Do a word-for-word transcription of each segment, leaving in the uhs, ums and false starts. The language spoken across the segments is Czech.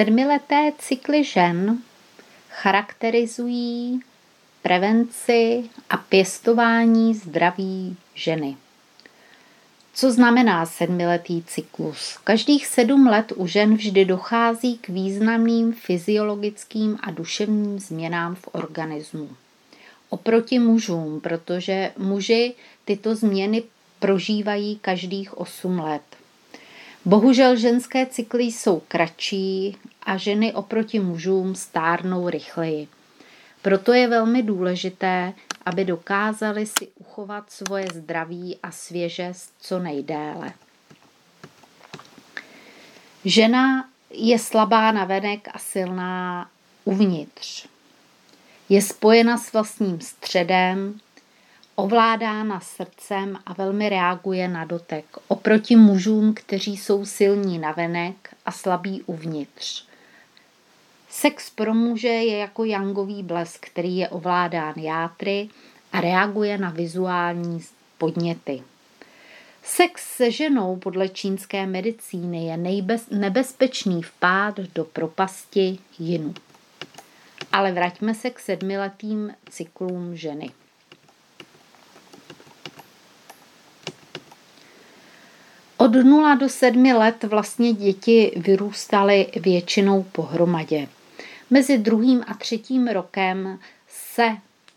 Sedmileté cykly žen charakterizují prevenci a pěstování zdraví ženy. Co znamená sedmiletý cyklus? Každých sedm let u žen vždy dochází k významným fyziologickým a duševním změnám v organismu. Oproti mužům, protože muži tyto změny prožívají každých osm let. Bohužel ženské cykly jsou kratší a ženy oproti mužům stárnou rychleji. Proto je velmi důležité, aby dokázali si uchovat svoje zdraví a svěžest co nejdéle. Žena je slabá navenek a silná uvnitř. Je spojena s vlastním středem, ovládána srdcem a velmi reaguje na dotek. Oproti mužům, kteří jsou silní navenek a slabí uvnitř. Sex pro muže je jako jangový blesk, který je ovládán játry a reaguje na vizuální podněty. Sex se ženou podle čínské medicíny je nejbez, nebezpečný vpád do propasti jinu. Ale vraťme se k sedmiletým cyklům ženy. Od nula do sedmi let vlastně děti vyrůstaly většinou pohromadě. Mezi druhým a třetím rokem se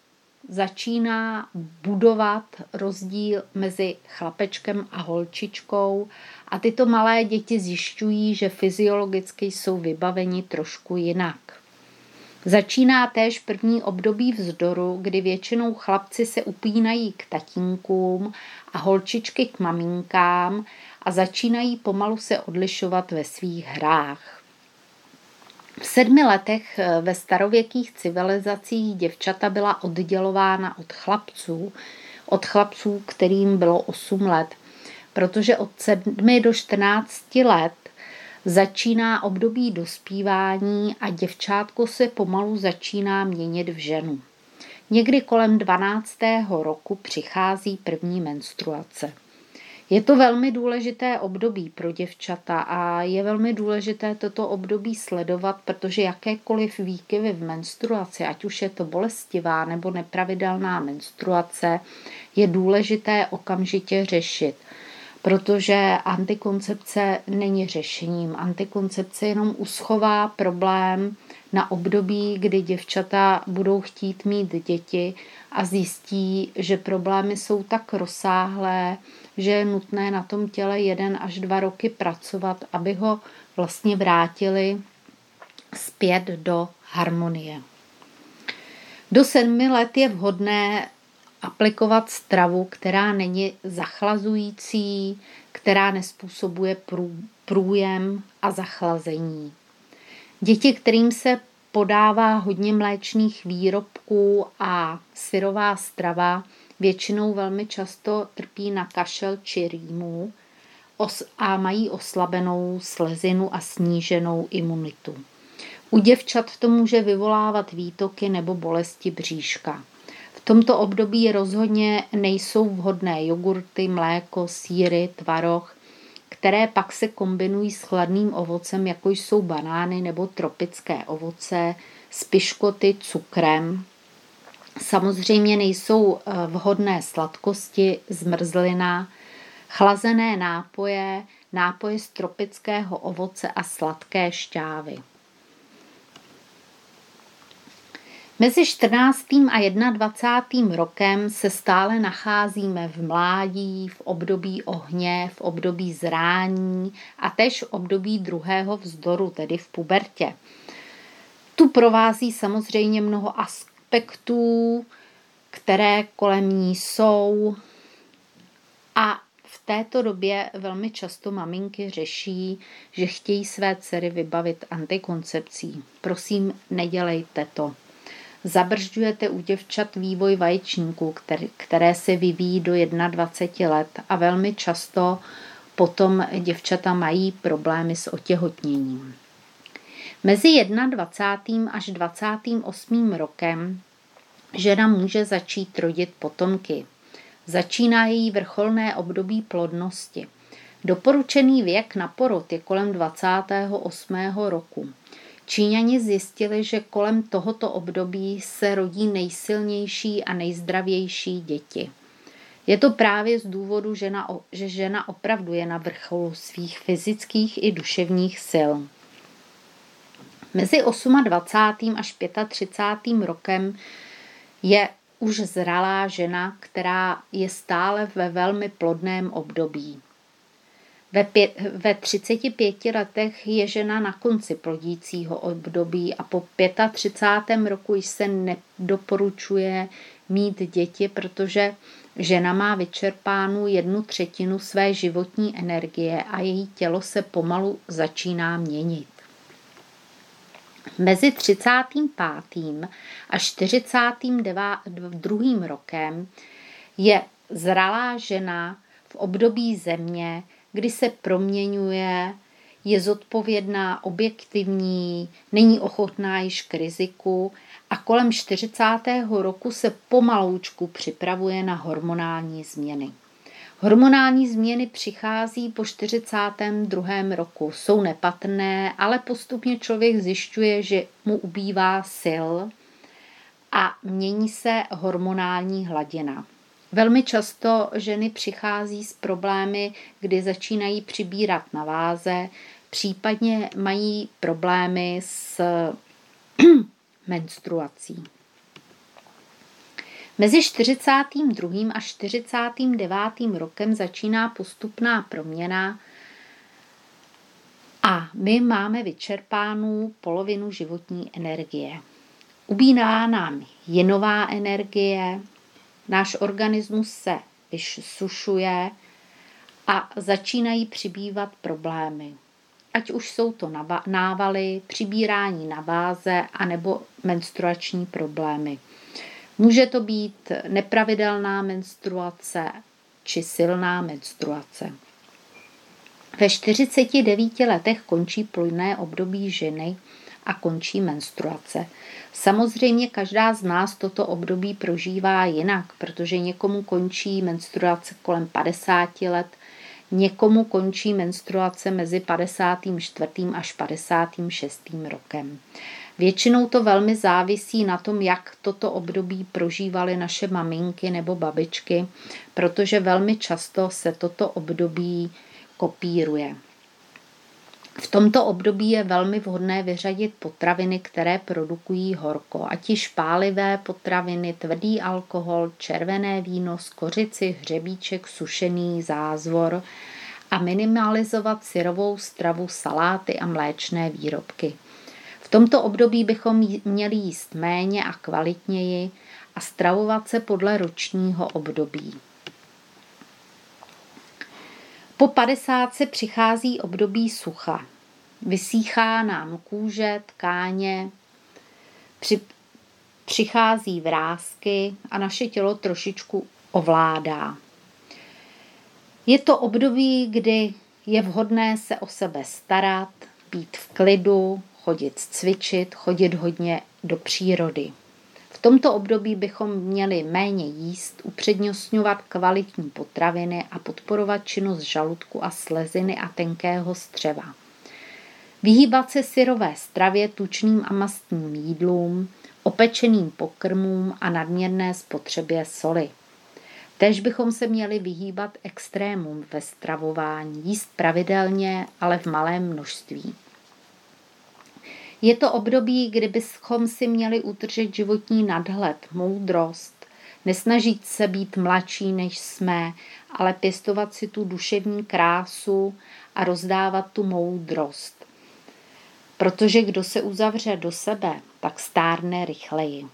začíná budovat rozdíl mezi chlapečkem a holčičkou a tyto malé děti zjišťují, že fyziologicky jsou vybaveni trošku jinak. Začíná též první období vzdoru, kdy většinou chlapci se upínají k tatínkům a holčičky k maminkám a začínají pomalu se odlišovat ve svých hrách. V sedmi letech ve starověkých civilizacích děvčata byla oddělována od chlapců, od chlapců, kterým bylo osm let, protože od sedmi do čtrnácti let začíná období dospívání a děvčátko se pomalu začíná měnit v ženu. Někdy kolem dvanáctého roku přichází první menstruace. Je to velmi důležité období pro děvčata a je velmi důležité toto období sledovat, protože jakékoliv výkyvy v menstruaci, ať už je to bolestivá nebo nepravidelná menstruace, je důležité okamžitě řešit. Protože antikoncepce není řešením. Antikoncepce jenom uschová problém na období, kdy děvčata budou chtít mít děti a zjistí, že problémy jsou tak rozsáhlé, že je nutné na tom těle jeden až dva roky pracovat, aby ho vlastně vrátili zpět do harmonie. Do sedmi let je vhodné aplikovat stravu, která není zachlazující, která nezpůsobuje průjem a zachlazení. Děti, kterým se podává hodně mléčných výrobků a syrová strava, většinou velmi často trpí na kašel či rýmu a mají oslabenou slezinu a sníženou imunitu. U děvčat to může vyvolávat výtoky nebo bolesti bříška. V tomto období rozhodně nejsou vhodné jogurty, mléko, sýry, tvaroh, které pak se kombinují s chladným ovocem, jako jsou banány nebo tropické ovoce, s piškoty, cukrem. Samozřejmě nejsou vhodné sladkosti, zmrzlina, chlazené nápoje, nápoje z tropického ovoce a sladké šťávy. Mezi čtrnáctým a dvacátým prvním rokem se stále nacházíme v mládí, v období ohně, v období zrání a též v období druhého vzdoru, tedy v pubertě. Tu provází samozřejmě mnoho aspektů, které kolem ní jsou a v této době velmi často maminky řeší, že chtějí své dcery vybavit antikoncepcí. Prosím, nedělejte to. Zabržďujete u děvčat vývoj vaječníků, které, které se vyvíjí do dvaceti jedna let a velmi často potom děvčata mají problémy s otěhotněním. Mezi dvacátým prvním až dvacátým osmým rokem žena může začít rodit potomky. Začíná její vrcholné období plodnosti. Doporučený věk na porod je kolem dvacátého osmého roku. Číňani zjistili, že kolem tohoto období se rodí nejsilnější a nejzdravější děti. Je to právě z důvodu, že žena opravdu je na vrcholu svých fyzických i duševních sil. Mezi dvacátým osmým až třicátým pátým rokem je už zralá žena, která je stále ve velmi plodném období. Ve, pět, ve třiceti pěti letech je žena na konci plodícího období a po třicátém pátém roku již se nedoporučuje mít děti, protože žena má vyčerpánu jednu třetinu své životní energie a její tělo se pomalu začíná měnit. Mezi třicátým pátým a čtyřicátým druhým rokem je zralá žena v období země, kdy se proměňuje, je zodpovědná, objektivní, není ochotná již k riziku a kolem čtyřicátého roku se pomaloučku připravuje na hormonální změny. Hormonální změny přichází po čtyřicátém druhém roku. Jsou nepatrné, ale postupně člověk zjišťuje, že mu ubývá sil a mění se hormonální hladina. Velmi často ženy přichází s problémy, kdy začínají přibírat na váze, případně mají problémy s menstruací. Mezi čtyřicátým druhým a čtyřicátým devátým rokem začíná postupná proměna a my máme vyčerpánu polovinu životní energie. Ubírá nám jinová energie, náš organismus se vysušuje a začínají přibývat problémy. Ať už jsou to návaly, přibírání na váze anebo menstruační problémy. Může to být nepravidelná menstruace či silná menstruace. Ve čtyřiceti devíti letech končí plodné období ženy a končí menstruace. Samozřejmě každá z nás toto období prožívá jinak, protože někomu končí menstruace kolem padesáti let, někomu končí menstruace mezi padesátým čtvrtým až padesátým šestým rokem. Většinou to velmi závisí na tom, jak toto období prožívaly naše maminky nebo babičky, protože velmi často se toto období kopíruje. V tomto období je velmi vhodné vyřadit potraviny, které produkují horko, ať již pálivé potraviny, tvrdý alkohol, červené víno, skořici, hřebíček, sušený zázvor a minimalizovat syrovou stravu, saláty a mléčné výrobky. V tomto období bychom měli jíst méně a kvalitněji a stravovat se podle ročního období. Po padesátce přichází období sucha. Vysíchá nám kůže, tkáně, při, přichází vrásky a naše tělo trošičku ovládá. Je to období, kdy je vhodné se o sebe starat, být v klidu, chodit cvičit, chodit hodně do přírody. V tomto období bychom měli méně jíst, upřednostňovat kvalitní potraviny a podporovat činnost žaludku a sleziny a tenkého střeva. Vyhýbat se syrové stravě, tučným a mastným jídlům, opečeným pokrmům a nadměrné spotřebě soli. Též bychom se měli vyhýbat extrémům ve stravování, jíst pravidelně, ale v malém množství. Je to období, kdy bychom si měli udržet životní nadhled, moudrost, nesnažit se být mladší, než jsme, ale pěstovat si tu duševní krásu a rozdávat tu moudrost. Protože kdo se uzavře do sebe, tak stárne rychleji.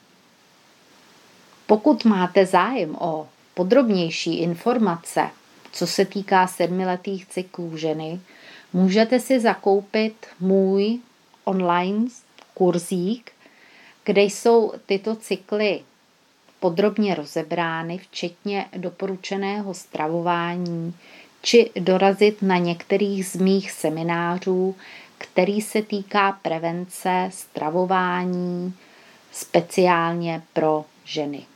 Pokud máte zájem o podrobnější informace, co se týká sedmiletých cyklů ženy, můžete si zakoupit můj online kurzík, kde jsou tyto cykly podrobně rozebrány, včetně doporučeného stravování, či dorazit na některých z mých seminářů, který se týká prevence stravování speciálně pro ženy.